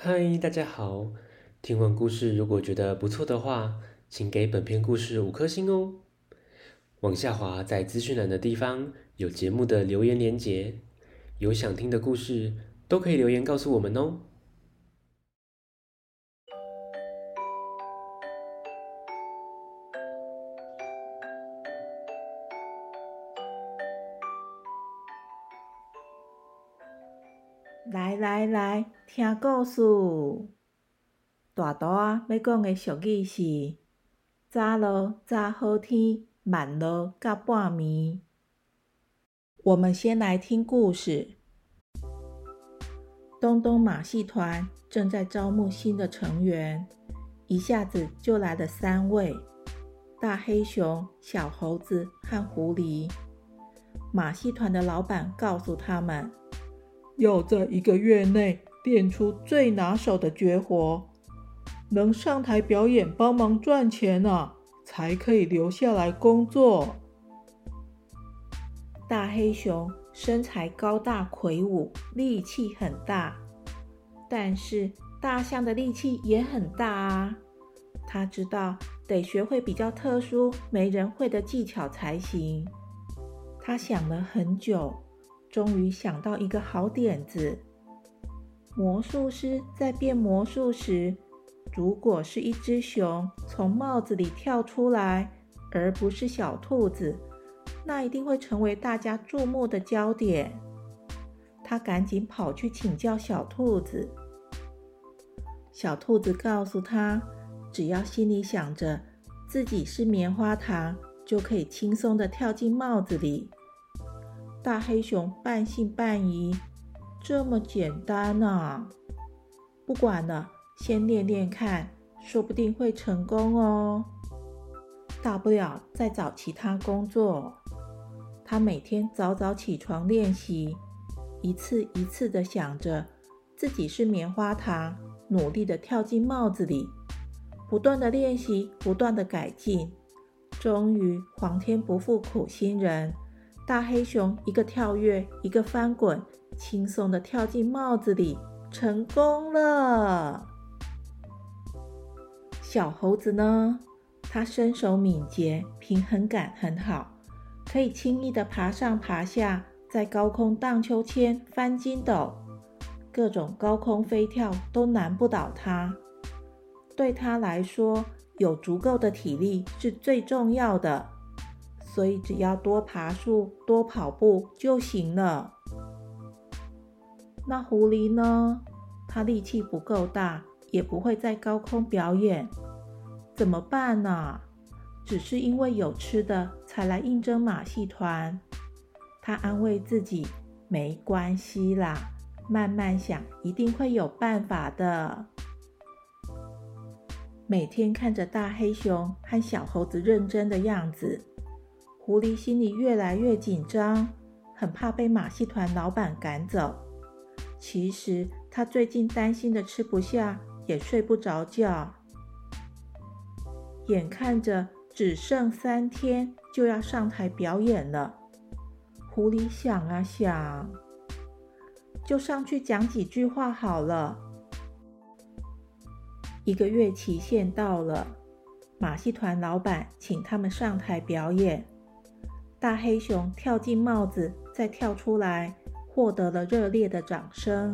嗨，大家好！听完故事，如果觉得不错的话，请给本篇故事5颗星哦。往下滑，在资讯栏的地方有节目的留言连结，有想听的故事都可以留言告诉我们哦。 来来来，听故事。大图要讲的俗语是：早落早好天，晚落到半暝。我们先来听故事。东东马戏团正在招募新的成员，一下子就来了3位：大黑熊、小猴子和狐狸。马戏团的老板告诉他们，要在1个月内练出最拿手的绝活，能上台表演帮忙赚钱啊，才可以留下来工作。大黑熊身材高大魁梧，力气很大，但是大象的力气也很大啊。他知道得学会比较特殊、没人会的技巧才行。他想了很久，终于想到一个好点子。魔术师在变魔术时，如果是一只熊从帽子里跳出来，而不是小兔子，那一定会成为大家注目的焦点。他赶紧跑去请教小兔子。小兔子告诉他，只要心里想着自己是棉花糖，就可以轻松地跳进帽子里。大黑熊半信半疑，这么简单啊？不管了，先练练看，说不定会成功哦。大不了再找其他工作。他每天早早起床练习，一次一次地想着自己是棉花糖，努力地跳进帽子里，不断地练习，不断地改进。终于，皇天不负苦心人，大黑熊一个跳跃，一个翻滚，轻松地跳进帽子里，成功了。小猴子呢？它身手敏捷，平衡感很好，可以轻易地爬上爬下，在高空荡秋千、翻筋斗，各种高空飞跳都难不倒它。对它来说，有足够的体力是最重要的，所以只要多爬树、多跑步就行了。那狐狸呢？它力气不够大，也不会在高空表演，怎么办呢？只是因为有吃的才来应征马戏团。他安慰自己，没关系啦，慢慢想，一定会有办法的。每天看着大黑熊和小猴子认真的样子，狐狸心里越来越紧张，很怕被马戏团老板赶走。其实他最近担心的吃不下，也睡不着觉。眼看着只剩3天就要上台表演了，狐狸想啊想，就上去讲几句话好了。1个月期限到了，马戏团老板请他们上台表演。大黑熊跳进帽子，再跳出来，获得了热烈的掌声。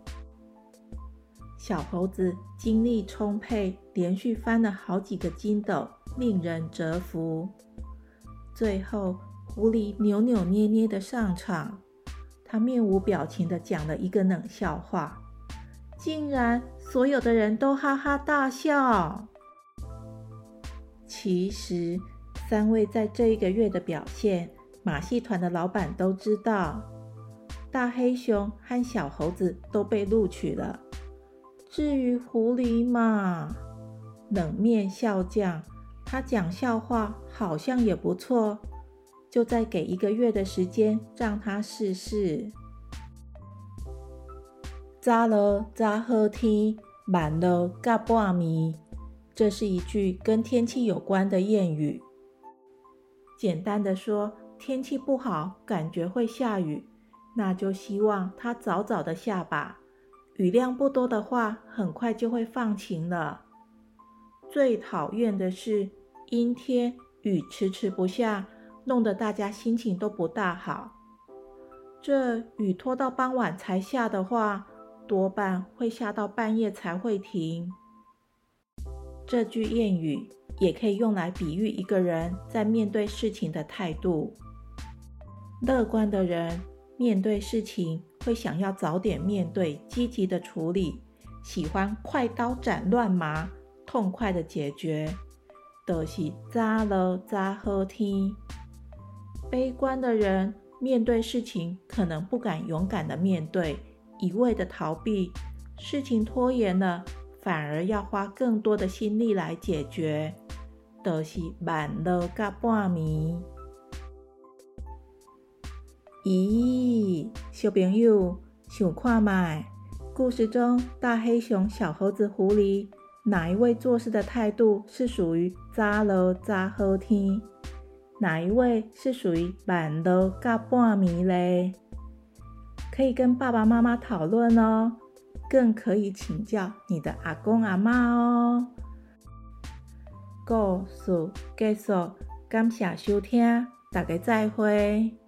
小猴子精力充沛，连续翻了好几个筋斗，令人折服。最后，狐狸扭扭捏捏地上场，他面无表情地讲了一个冷笑话，竟然所有的人都哈哈大笑。其实3位在这1个月的表现，马戏团的老板都知道。大黑熊和小猴子都被录取了，至于狐狸嘛，冷面笑匠，他讲笑话好像也不错，就再给1个月的时间让他试试。早落早好天，晚落到半暝，这是一句跟天气有关的谚语。简单的说，天气不好，感觉会下雨，那就希望它早早的下吧， 雨量不多的话，很快就会放晴了。最讨厌的是阴天，雨迟迟不下，弄得大家心情都不大好。这雨拖到傍晚才下的话，多半会下到半夜才会停。这句谚语也可以用来比喻一个人在面对事情的态度。乐观的人面对事情会想要早点面对，积极的处理，喜欢快刀斩乱麻，痛快的解决，就是早落早好天。悲观的人面对事情可能不敢勇敢的面对，一味的逃避，事情拖延了，反而要花更多的心力来解决，就是慢落甲半暝。咦，小朋友，想看卖，故事中大黑熊、小猴子、狐狸，哪一位做事的态度是属于早落早好天？哪一位是属于慢落甲半暝嘞？可以跟爸爸妈妈讨论哦，更可以请教你的阿公阿嬷哦。故事结束，感谢收听，大家再会。